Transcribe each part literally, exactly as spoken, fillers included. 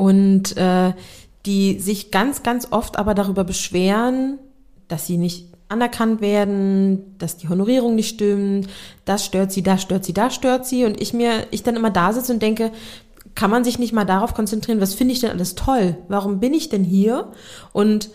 und äh, die sich ganz, ganz oft aber darüber beschweren, dass sie nicht anerkannt werden, dass die Honorierung nicht stimmt, das stört sie, das stört sie, das stört sie und ich mir, ich dann immer da sitze und denke, kann man sich nicht mal darauf konzentrieren, was finde ich denn alles toll? Warum bin ich denn hier? Und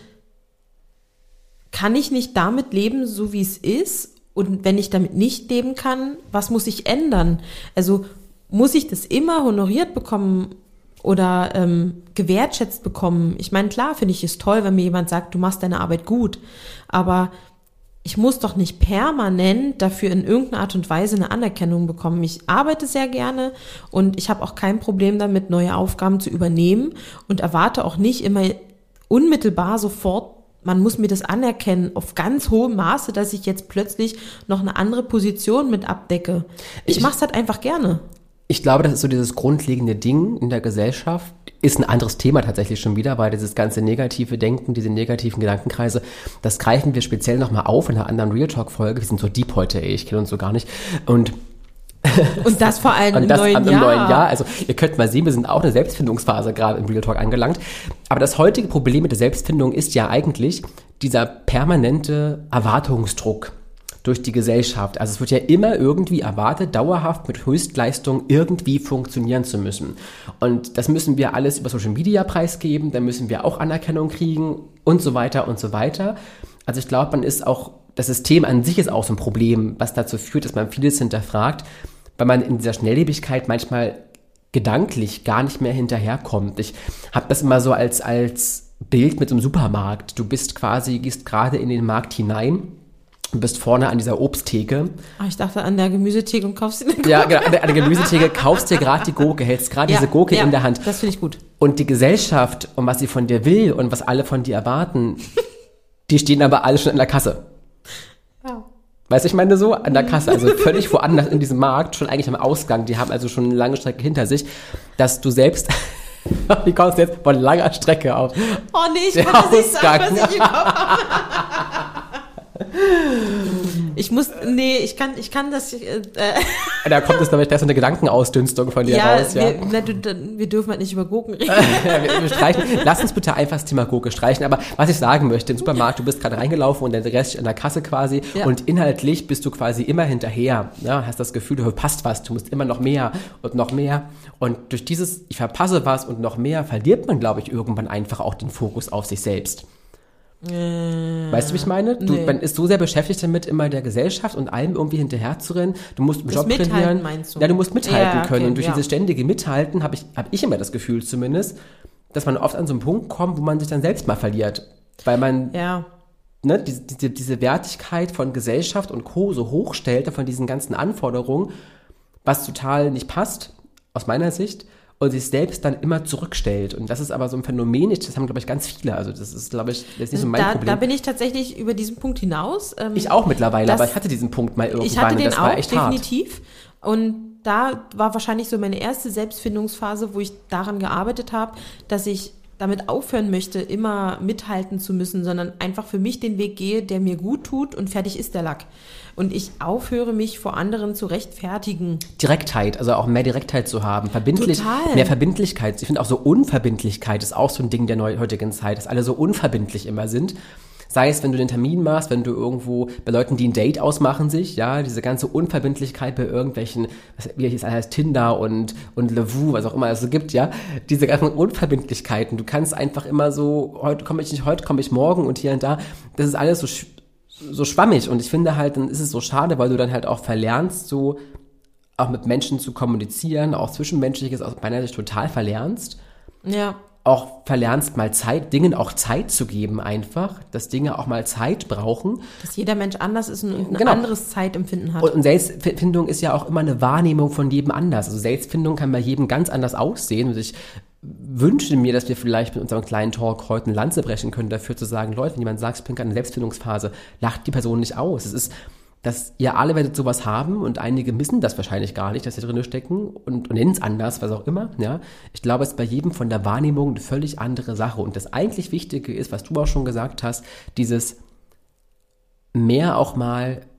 kann ich nicht damit leben, so wie es ist? Und wenn ich damit nicht leben kann, was muss ich ändern? Also muss ich das immer honoriert bekommen oder ähm, gewertschätzt bekommen? Ich meine, klar finde ich es toll, wenn mir jemand sagt, du machst deine Arbeit gut, aber ich muss doch nicht permanent dafür in irgendeiner Art und Weise eine Anerkennung bekommen. Ich arbeite sehr gerne und ich habe auch kein Problem damit, neue Aufgaben zu übernehmen und erwarte auch nicht immer unmittelbar sofort, man muss mir das anerkennen auf ganz hohem Maße, dass ich jetzt plötzlich noch eine andere Position mit abdecke. Ich, ich mache es halt einfach gerne. Ich glaube, das ist so dieses grundlegende Ding in der Gesellschaft, ist ein anderes Thema tatsächlich schon wieder, weil dieses ganze negative Denken, diese negativen Gedankenkreise, das greifen wir speziell nochmal auf in einer anderen Real Talk-Folge. Wir sind so deep heute, ey, ich kenne uns so gar nicht. Und Und das vor allem im das neuen im Jahr. neuen Jahr. Also ihr könnt mal sehen, wir sind auch eine Selbstfindungsphase gerade im Real Talk angelangt. Aber das heutige Problem mit der Selbstfindung ist ja eigentlich dieser permanente Erwartungsdruck durch die Gesellschaft. Also es wird ja immer irgendwie erwartet, dauerhaft mit Höchstleistung irgendwie funktionieren zu müssen. Und das müssen wir alles über Social Media preisgeben, da müssen wir auch Anerkennung kriegen und so weiter und so weiter. Also ich glaube, man ist auch, das System an sich ist auch so ein Problem, was dazu führt, dass man vieles hinterfragt, weil man in dieser Schnelllebigkeit manchmal gedanklich gar nicht mehr hinterherkommt. Ich habe das immer so als, als Bild mit so einem Supermarkt. Du bist quasi, gehst gerade in den Markt hinein, du bist vorne an dieser Obsttheke. Ah, ich dachte an der Gemüsetheke und kaufst dir eine Gurke. Ja, genau, an der, an der Gemüsetheke, kaufst dir gerade die Gurke, hältst gerade ja, diese Gurke ja, in der Hand. Das finde ich gut. Und die Gesellschaft und was sie von dir will und was alle von dir erwarten, die stehen aber alle schon in der Kasse. Wow. Weißt du, ich meine so, an der Kasse, also völlig woanders in diesem Markt, schon eigentlich am Ausgang, die haben also schon eine lange Strecke hinter sich, dass du selbst, wie kommst du jetzt von langer Strecke aus? Oh nee, ich kann das nicht sagen, was ich im Kopf habe. Ich muss, nee, ich kann, ich kann das, äh, Da kommt es, glaube ich, da ist so eine Gedankenausdünstung von dir ja, raus, ja. Wir, na, du, wir dürfen halt nicht über Gurken reden. wir, wir streichen, lass uns bitte einfach das Thema Gurke streichen, aber was ich sagen möchte, im Supermarkt, du bist gerade reingelaufen und der Rest ist an der Kasse quasi Ja. und inhaltlich bist du quasi immer hinterher, ja, hast das Gefühl, du verpasst was, du musst immer noch mehr und noch mehr und durch dieses, ich verpasse was und noch mehr, verliert man, glaube ich, irgendwann einfach auch den Fokus auf sich selbst. Äh, Weißt du, wie ich meine? Du, nee. Man ist so sehr beschäftigt damit, immer der Gesellschaft und allem irgendwie hinterher zu rennen. Du musst im Das Job Mithalten trainieren. meinst du? Ja, du musst mithalten Ja, okay, können. Und durch ja. dieses ständige Mithalten habe ich, hab ich immer das Gefühl zumindest, dass man oft an so einen Punkt kommt, wo man sich dann selbst mal verliert. Weil man Ja. ne, diese, diese, diese Wertigkeit von Gesellschaft und Co. so hochstellt, von diesen ganzen Anforderungen, was total nicht passt, aus meiner Sicht, und sich selbst dann immer zurückstellt. Und das ist aber so ein Phänomen, das haben, glaube ich, ganz viele. Also das ist, glaube ich, das ist nicht so mein da, Problem. Da bin ich tatsächlich über diesen Punkt hinaus. Ähm, Ich auch mittlerweile, das- aber ich hatte diesen Punkt mal irgendwann Ich hatte und den das war auch, echt hart. definitiv. Und da war wahrscheinlich so meine erste Selbstfindungsphase, wo ich daran gearbeitet habe, dass ich damit aufhören möchte, immer mithalten zu müssen, sondern einfach für mich den Weg gehe, der mir gut tut und fertig ist der Lack. Und ich aufhöre, mich vor anderen zu rechtfertigen. Direktheit, also auch mehr Direktheit zu haben, verbindlich, Total. mehr Verbindlichkeit. Ich finde auch so Unverbindlichkeit ist auch so ein Ding der neu- heutigen Zeit, dass alle so unverbindlich immer sind. Sei es, wenn du den Termin machst, wenn du irgendwo bei Leuten, die ein Date ausmachen sich, ja, diese ganze Unverbindlichkeit bei irgendwelchen, was, wie es heißt, Tinder und, und Levu, was auch immer es so gibt, ja, diese ganzen Unverbindlichkeiten. Du kannst einfach immer so, heute komme ich nicht, heute komme ich morgen und hier und da. Das ist alles so, sch- so schwammig und ich finde halt, dann ist es so schade, weil du dann halt auch verlernst, so auch mit Menschen zu kommunizieren, auch Zwischenmenschliches aus meiner Sicht total verlernst. Ja. Auch verlernst, mal Zeit, Dingen auch Zeit zu geben einfach, dass Dinge auch mal Zeit brauchen. Dass jeder Mensch anders ist und ein Genau. anderes Zeitempfinden hat. Und, und Selbstfindung ist ja auch immer eine Wahrnehmung von jedem anders. Also Selbstfindung kann bei jedem ganz anders aussehen. Und ich wünsche mir, dass wir vielleicht mit unserem kleinen Talk heute eine Lanze brechen können, dafür zu sagen, Leute, wenn jemand sagt, ich bin gerade in der Selbstfindungsphase, lacht die Person nicht aus. Es ist, dass ihr alle werdet sowas haben und einige missen das wahrscheinlich gar nicht, dass sie drin stecken und, und nennen es anders, was auch immer. Ja, ich glaube, es ist bei jedem von der Wahrnehmung eine völlig andere Sache. Und das eigentlich Wichtige ist, was du auch schon gesagt hast, dieses mehr auch mal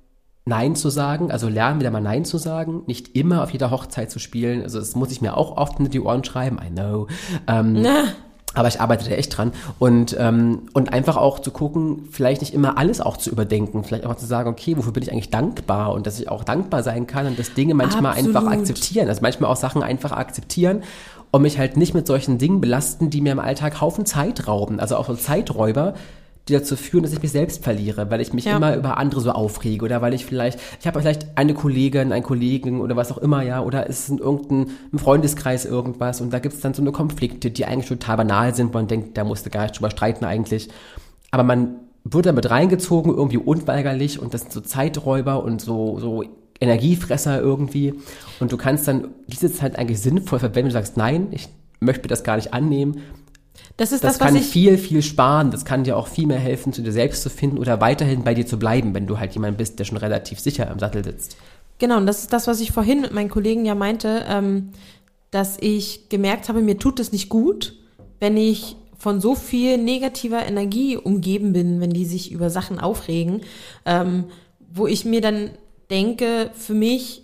Nein zu sagen, also lernen wieder mal Nein zu sagen, nicht immer auf jeder Hochzeit zu spielen, also das muss ich mir auch oft in die Ohren schreiben, I know, ähm, aber ich arbeite da echt dran und ähm, und einfach auch zu gucken, vielleicht nicht immer alles auch zu überdenken, vielleicht auch zu sagen, okay, wofür bin ich eigentlich dankbar und dass ich auch dankbar sein kann und dass Dinge manchmal Absolut. einfach akzeptieren, also manchmal auch Sachen einfach akzeptieren und mich halt nicht mit solchen Dingen belasten, die mir im Alltag Haufen Zeit rauben, also auch so Zeiträuber, die dazu führen, dass ich mich selbst verliere, weil ich mich ja. immer über andere so aufrege oder weil ich vielleicht, ich habe vielleicht eine Kollegin, einen Kollegen oder was auch immer, ja, oder es ist in irgendeinem Freundeskreis irgendwas und da gibt es dann so eine Konflikte, die eigentlich total banal sind, wo man denkt, da musste gar nicht drüber streiten eigentlich, aber man wird damit reingezogen, irgendwie unweigerlich und das sind so Zeiträuber und so, so Energiefresser irgendwie und du kannst dann diese Zeit eigentlich sinnvoll verwenden, du sagst, nein, ich möchte das gar nicht annehmen. Das ist das, das, was kann ich viel, viel sparen. Das kann dir auch viel mehr helfen, zu dir selbst zu finden oder weiterhin bei dir zu bleiben, wenn du halt jemand bist, der schon relativ sicher im Sattel sitzt. Genau, und das ist das, was ich vorhin mit meinen Kollegen ja meinte, ähm, dass ich gemerkt habe, mir tut es nicht gut, wenn ich von so viel negativer Energie umgeben bin, wenn die sich über Sachen aufregen, ähm, wo ich mir dann denke, für mich,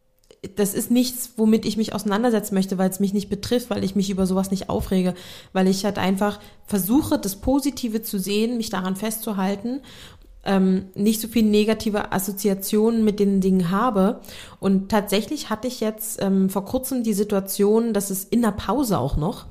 das ist nichts, womit ich mich auseinandersetzen möchte, weil es mich nicht betrifft, weil ich mich über sowas nicht aufrege, weil ich halt einfach versuche, das Positive zu sehen, mich daran festzuhalten, ähm, nicht so viel negative Assoziationen mit den Dingen habe. Und tatsächlich hatte ich jetzt ähm, vor kurzem die Situation, dass es in der Pause auch noch,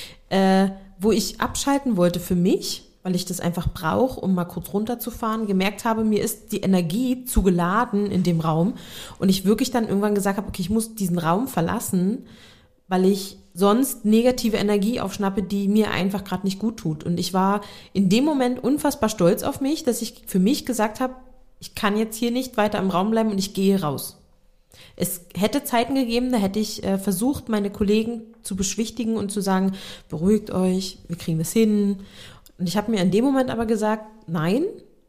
äh, wo ich abschalten wollte für mich, weil ich das einfach brauche, um mal kurz runterzufahren, gemerkt habe, mir ist die Energie zu geladen in dem Raum und ich wirklich dann irgendwann gesagt habe, okay, ich muss diesen Raum verlassen, weil ich sonst negative Energie aufschnappe, die mir einfach gerade nicht gut tut. Und ich war in dem Moment unfassbar stolz auf mich, dass ich für mich gesagt habe, ich kann jetzt hier nicht weiter im Raum bleiben und ich gehe raus. Es hätte Zeiten gegeben, da hätte ich äh, versucht, meine Kollegen zu beschwichtigen und zu sagen, beruhigt euch, wir kriegen das hin. Und ich habe mir in dem Moment aber gesagt, nein,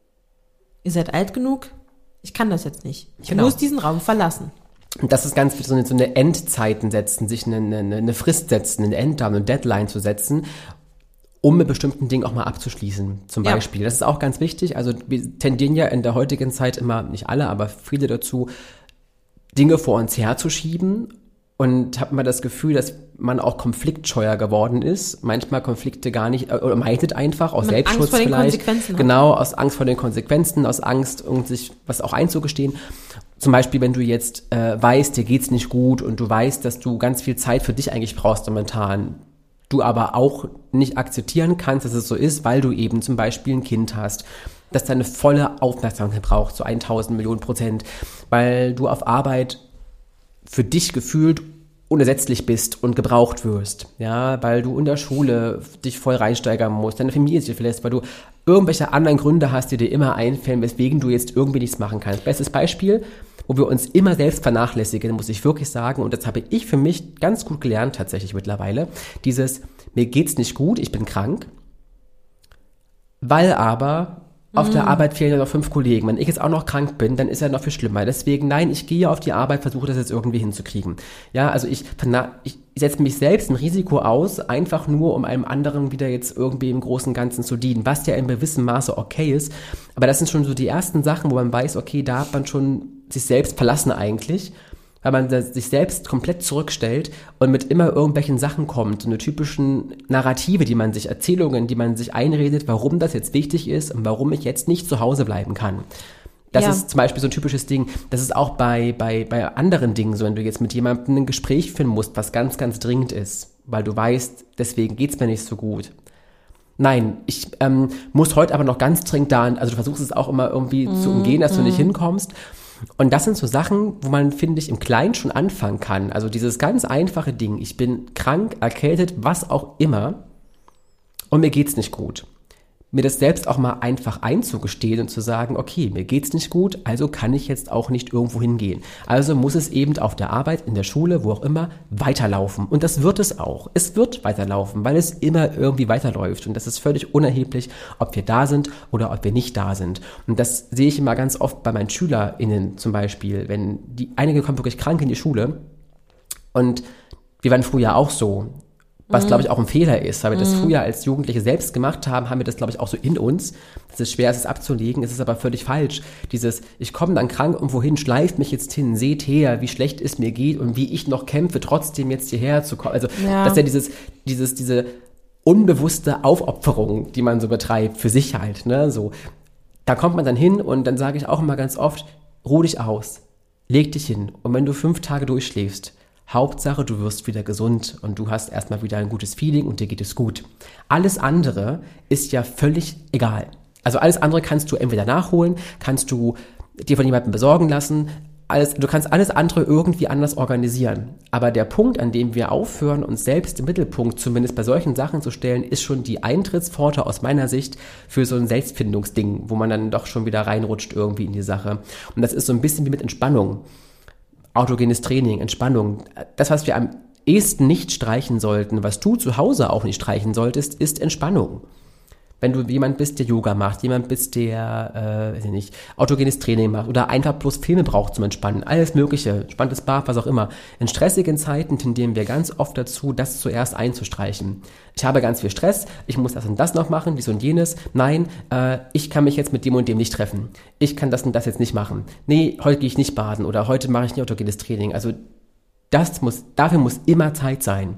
ihr seid alt genug, ich kann das jetzt nicht. Ich genau. muss diesen Raum verlassen. Und das ist ganz so eine, so eine Endzeiten setzen, sich eine, eine, eine Frist setzen, eine Enddatum, eine Deadline zu setzen, um mit bestimmten Dingen auch mal abzuschließen, zum ja. Beispiel. Das ist auch ganz wichtig. Also wir tendieren ja in der heutigen Zeit immer, nicht alle, aber viele dazu, Dinge vor uns herzuschieben. Und habe mal das Gefühl, dass man auch konfliktscheuer geworden ist. Manchmal Konflikte gar nicht, oder meidet einfach, aus man Selbstschutz Angst vor vielleicht. Den Konsequenzen genau, aus Angst vor den Konsequenzen, aus Angst, sich was auch einzugestehen. Zum Beispiel, wenn du jetzt äh, weißt, dir geht's nicht gut und du weißt, dass du ganz viel Zeit für dich eigentlich brauchst momentan, du aber auch nicht akzeptieren kannst, dass es so ist, weil du eben zum Beispiel ein Kind hast, das deine volle Aufmerksamkeit braucht, so tausend Millionen Prozent, weil du auf Arbeit für dich gefühlt unersetzlich bist und gebraucht wirst, ja, weil du in der Schule dich voll reinsteigern musst, deine Familie sich verlässt, weil du irgendwelche anderen Gründe hast, die dir immer einfallen, weswegen du jetzt irgendwie nichts machen kannst. Bestes Beispiel, wo wir uns immer selbst vernachlässigen, muss ich wirklich sagen, und das habe ich für mich ganz gut gelernt tatsächlich mittlerweile, dieses, mir geht's nicht gut, ich bin krank, weil aber auf der Arbeit fehlen ja noch fünf Kollegen. Wenn ich jetzt auch noch krank bin, dann ist ja noch viel schlimmer. Deswegen, nein, ich gehe auf die Arbeit, versuche das jetzt irgendwie hinzukriegen. Ja, also ich, ich setze mich selbst ein Risiko aus, einfach nur, um einem anderen wieder jetzt irgendwie im Großen und Ganzen zu dienen, was ja in gewissem Maße okay ist. Aber das sind schon so die ersten Sachen, wo man weiß, okay, da hat man schon sich selbst verlassen eigentlich, weil man sich selbst komplett zurückstellt und mit immer irgendwelchen Sachen kommt, so eine typischen Narrative, die man sich, Erzählungen, die man sich einredet, warum das jetzt wichtig ist und warum ich jetzt nicht zu Hause bleiben kann. Das ja. ist zum Beispiel so ein typisches Ding, das ist auch bei, bei, bei anderen Dingen so, wenn du jetzt mit jemandem ein Gespräch führen musst, was ganz, ganz dringend ist, weil du weißt, deswegen geht's mir nicht so gut. Nein, ich ähm, muss heute aber noch ganz dringend da, also du versuchst es auch immer irgendwie mm, zu umgehen, dass mm. du nicht hinkommst. Und das sind so Sachen, wo man, finde ich, im Kleinen schon anfangen kann. Also dieses ganz einfache Ding, ich bin krank, erkältet, was auch immer und mir geht's nicht gut. Mir das selbst auch mal einfach einzugestehen und zu sagen, okay, mir geht's nicht gut, also kann ich jetzt auch nicht irgendwo hingehen. Also muss es eben auf der Arbeit, in der Schule, wo auch immer, weiterlaufen. Und das wird es auch. Es wird weiterlaufen, weil es immer irgendwie weiterläuft. Und das ist völlig unerheblich, ob wir da sind oder ob wir nicht da sind. Und das sehe ich immer ganz oft bei meinen SchülerInnen zum Beispiel, wenn die, einige kommen wirklich krank in die Schule und wir waren früher auch so. Was, glaube ich, auch ein Fehler ist, weil wir das früher als Jugendliche selbst gemacht haben, haben wir das, glaube ich, auch so in uns. Es ist schwer, es abzulegen, es ist aber völlig falsch. Dieses, ich komme dann krank irgendwo hin, schleift mich jetzt hin, seht her, wie schlecht es mir geht und wie ich noch kämpfe, trotzdem jetzt hierher zu kommen. Also, Ja. das ist ja dieses, dieses, diese unbewusste Aufopferung, die man so betreibt, für sich halt, ne, so. Da kommt man dann hin und dann sage ich auch immer ganz oft, ruh dich aus, leg dich hin und wenn du fünf Tage durchschläfst, Hauptsache, du wirst wieder gesund und du hast erstmal wieder ein gutes Feeling und dir geht es gut. Alles andere ist ja völlig egal. Also alles andere kannst du entweder nachholen, kannst du dir von jemandem besorgen lassen, alles, du kannst alles andere irgendwie anders organisieren. Aber der Punkt, an dem wir aufhören, uns selbst im Mittelpunkt zumindest bei solchen Sachen zu stellen, ist schon die Eintrittspforte aus meiner Sicht für so ein Selbstfindungsding, wo man dann doch schon wieder reinrutscht irgendwie in die Sache. Und das ist so ein bisschen wie mit Entspannung. Autogenes Training, Entspannung. Das, was wir am ehesten nicht streichen sollten, was du zu Hause auch nicht streichen solltest, ist Entspannung. Wenn du jemand bist, der Yoga macht, jemand bist, der, äh, weiß ich nicht, autogenes Training macht oder einfach bloß Filme braucht zum Entspannen, alles Mögliche, spannendes Bad, was auch immer. In stressigen Zeiten tendieren wir ganz oft dazu, das zuerst einzustreichen. Ich habe ganz viel Stress, ich muss das und das noch machen, dies und jenes. Nein, äh, ich kann mich jetzt mit dem und dem nicht treffen. Ich kann das und das jetzt nicht machen. Nee, heute gehe ich nicht baden oder heute mache ich nicht autogenes Training. Also das muss, dafür muss immer Zeit sein.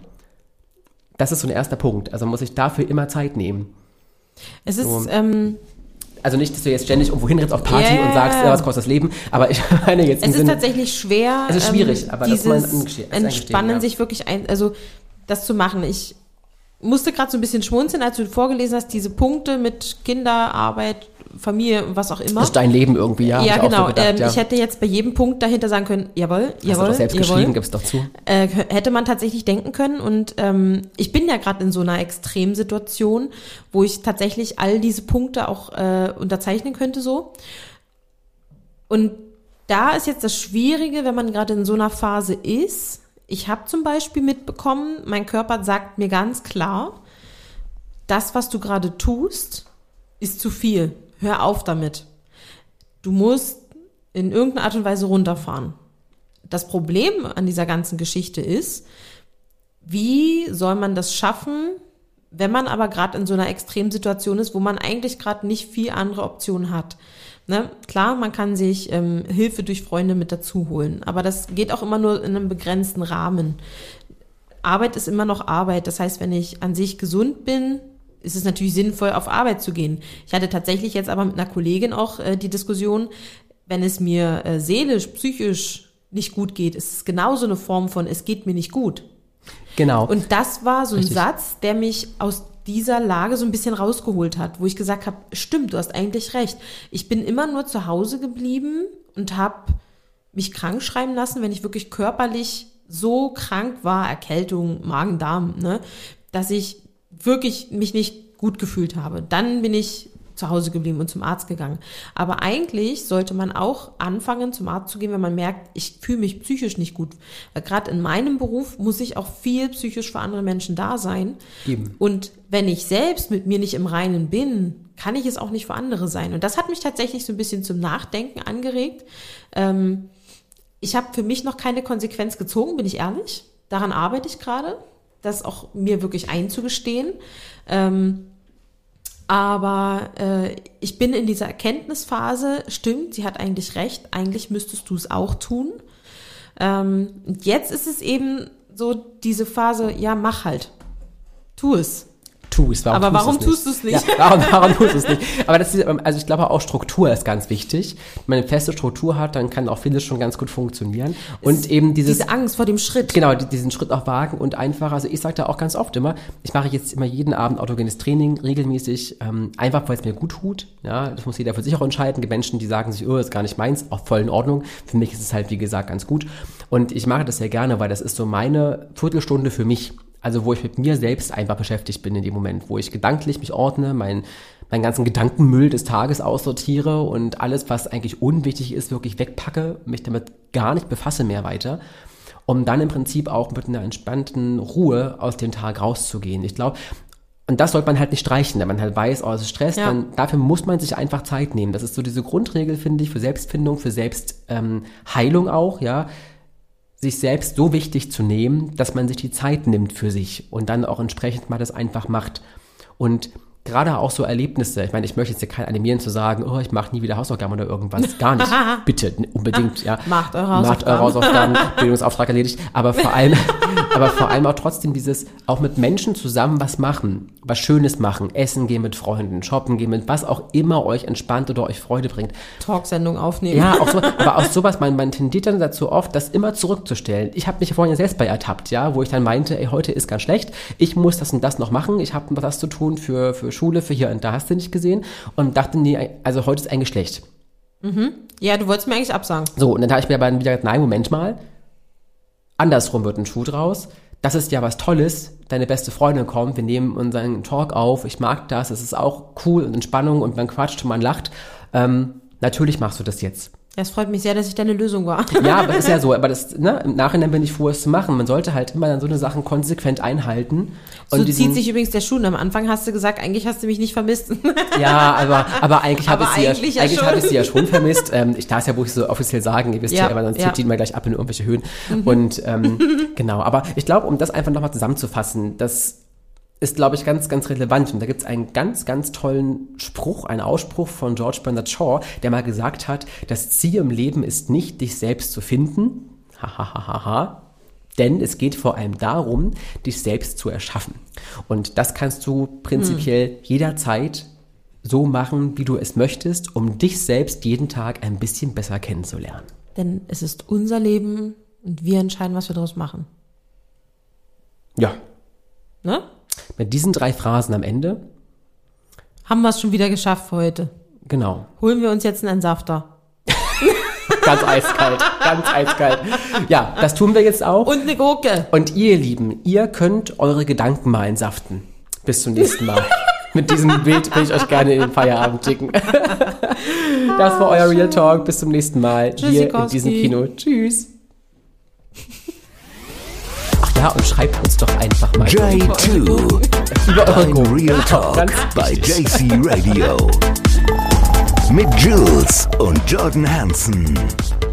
Das ist so ein erster Punkt. Also muss ich dafür immer Zeit nehmen. Es ist, So. ähm, Also nicht, dass du jetzt ständig irgendwo hinrennst auf Party Yeah. und sagst, ja, was kostet das Leben, aber ich meine jetzt im es ist Sinne, tatsächlich schwer, Es ist schwierig, ähm, aber das muss man dieses eingestehen- das eingestehen, Entspannen, ja. sich wirklich ein, also das zu machen. Ich musste gerade so ein bisschen schmunzeln, als du vorgelesen hast, diese Punkte mit Kinder, Arbeit, Familie und was auch immer. das ist dein Leben irgendwie, ja. hab ja, ich auch genau. So gedacht, ähm, ja. Ich hätte jetzt bei jedem Punkt dahinter sagen können, jawohl, Hast du jawohl, doch selbst jawohl. geschrieben, gib's doch zu. Äh, hätte man tatsächlich denken können. Und ähm, ich bin ja gerade in so einer Extremsituation, wo ich tatsächlich all diese Punkte auch äh, unterzeichnen könnte so. Und da ist jetzt das Schwierige, wenn man gerade in so einer Phase ist. Ich habe zum Beispiel mitbekommen, mein Körper sagt mir ganz klar, das, was du gerade tust, ist zu viel. Hör auf damit. Du musst in irgendeiner Art und Weise runterfahren. Das Problem an dieser ganzen Geschichte ist, wie soll man das schaffen, wenn man aber gerade in so einer Extremsituation ist, wo man eigentlich gerade nicht viel andere Optionen hat. Ne? Klar, man kann sich ähm, Hilfe durch Freunde mit dazu holen, aber das geht auch immer nur in einem begrenzten Rahmen. Arbeit ist immer noch Arbeit. Das heißt, wenn ich an sich gesund bin, ist es natürlich sinnvoll, auf Arbeit zu gehen. Ich hatte tatsächlich jetzt aber mit einer Kollegin auch äh, die Diskussion, wenn es mir äh, seelisch, psychisch nicht gut geht, ist es genauso eine Form von, es geht mir nicht gut. Genau. Und das war so ein Richtig. Satz, der mich aus dieser Lage so ein bisschen rausgeholt hat, wo ich gesagt habe, stimmt, du hast eigentlich recht. Ich bin immer nur zu Hause geblieben und habe mich krank schreiben lassen, wenn ich wirklich körperlich so krank war, Erkältung, Magen-Darm, ne, dass ich wirklich mich nicht gut gefühlt habe. Dann bin ich zu Hause geblieben und zum Arzt gegangen. Aber eigentlich sollte man auch anfangen, zum Arzt zu gehen, wenn man merkt, ich fühle mich psychisch nicht gut. Weil gerade in meinem Beruf muss ich auch viel psychisch für andere Menschen da sein. Eben. Und wenn ich selbst mit mir nicht im Reinen bin, kann ich es auch nicht für andere sein. Und das hat mich tatsächlich so ein bisschen zum Nachdenken angeregt. Ähm, ich habe für mich noch keine Konsequenz gezogen, bin ich ehrlich. Daran arbeite ich gerade, das auch mir wirklich einzugestehen. Ähm, aber äh, ich bin in dieser Erkenntnisphase, stimmt, sie hat eigentlich recht, eigentlich müsstest du es auch tun. Ähm, und jetzt ist es eben so diese Phase, ja, mach halt, tu es. Tu es. Warum Aber warum tust tust du es nicht? Ja, warum, warum tust du es nicht? Aber das ist, also ich glaube auch Struktur ist ganz wichtig. Wenn man eine feste Struktur hat, dann kann auch vieles schon ganz gut funktionieren. Und Es- eben dieses, Diese Angst vor dem Schritt. genau, die- diesen Schritt auch wagen und einfach, also ich sage da auch ganz oft immer, ich mache jetzt immer jeden Abend autogenes Training, regelmäßig, ähm, einfach weil es mir gut tut. Ja, das muss jeder für sich auch entscheiden. Die Menschen, die sagen sich, oh, das ist gar nicht meins, auch voll in Ordnung. Für mich ist es halt, wie gesagt, ganz gut. Und ich mache das sehr gerne, weil das ist so meine Viertelstunde für mich. Also wo ich mit mir selbst einfach beschäftigt bin in dem Moment, wo ich gedanklich mich ordne, mein, meinen ganzen Gedankenmüll des Tages aussortiere und alles, was eigentlich unwichtig ist, wirklich wegpacke, mich damit gar nicht befasse mehr weiter, um dann im Prinzip auch mit einer entspannten Ruhe aus dem Tag rauszugehen. Ich glaube, und das sollte man halt nicht streichen, wenn man halt weiß, oh, es ist Stress, Ja. dann dafür muss man sich einfach Zeit nehmen. Das ist so diese Grundregel, finde ich, für Selbstfindung, für Selbstheilung ähm, Heilung auch, ja. sich selbst so wichtig zu nehmen, dass man sich die Zeit nimmt für sich und dann auch entsprechend mal das einfach macht. Und gerade auch so Erlebnisse, ich meine, ich möchte jetzt hier kein animieren zu sagen, oh, ich mache nie wieder Hausaufgaben oder irgendwas, gar nicht. Bitte, unbedingt, ja. Macht eure Hausaufgaben. Macht eure Hausaufgaben, Bildungsauftrag erledigt, aber vor allem, aber vor allem auch trotzdem dieses, auch mit Menschen zusammen was machen, was Schönes machen, essen gehen mit Freunden, shoppen gehen mit was auch immer euch entspannt oder euch Freude bringt. Talksendung aufnehmen. Ja, auch so, aber auch sowas, man, man tendiert dann dazu oft, das immer zurückzustellen. Ich habe mich vorhin ja selbst bei ertappt, ja, wo ich dann meinte, ey, heute ist ganz schlecht, ich muss das und das noch machen, ich habe was zu tun für, für Schule, für hier und da, hast du nicht gesehen, und dachte, nee, also heute ist eigentlich schlecht. Mhm. Ja, du wolltest mir eigentlich absagen. So, und dann habe ich mir aber wieder gedacht, nein, Moment mal, andersrum wird ein Schuh draus. Das ist ja was Tolles, deine beste Freundin kommt, wir nehmen unseren Talk auf, ich mag das, es ist auch cool und Entspannung und man quatscht und man lacht. Ähm, natürlich machst du das jetzt. Es freut mich sehr, dass ich deine Lösung war. Ja, aber ist ja so, aber das, ne, im Nachhinein bin ich froh, es zu machen. Man sollte halt immer dann so eine Sachen konsequent einhalten. So und diesen, zieht sich übrigens der Schuh. Am Anfang hast du gesagt, eigentlich hast du mich nicht vermisst. Ja, aber, aber eigentlich habe ich sie eigentlich ja, ja eigentlich habe ich sie ja schon vermisst. Ähm, ich darf es ja wohl so offiziell sagen, ihr wisst ja, Ja, aber sonst ja. zieht die immer gleich ab in irgendwelche Höhen. Und ähm, genau, aber ich glaube, um das einfach nochmal zusammenzufassen, das ist, glaube ich, ganz, ganz relevant. Und da gibt es einen ganz, ganz tollen Spruch, einen Ausspruch von George Bernard Shaw, der mal gesagt hat, das Ziel im Leben ist nicht, dich selbst zu finden, hahaha, denn es geht vor allem darum, dich selbst zu erschaffen. Und das kannst du prinzipiell hm. jederzeit so machen, wie du es möchtest, um dich selbst jeden Tag ein bisschen besser kennenzulernen. Denn es ist unser Leben und wir entscheiden, was wir daraus machen. Ja. Ne? Mit diesen drei Phrasen am Ende haben wir es schon wieder geschafft für heute. Genau. Holen wir uns jetzt einen Entsafter. Ganz eiskalt, ganz eiskalt. Ja, das tun wir jetzt auch. Und eine Gurke. Und ihr Lieben, ihr könnt eure Gedanken mal entsaften. Bis zum nächsten Mal. Mit diesem Bild will ich euch gerne in den Feierabend schicken. Das war euer Real Talk. Bis zum nächsten Mal hier in diesem Kino. Tschüss. Ja, und schreibt uns doch einfach mal. J zwei beim Real Talk bei J C Radio. Mit Jules und Jordan Hansen.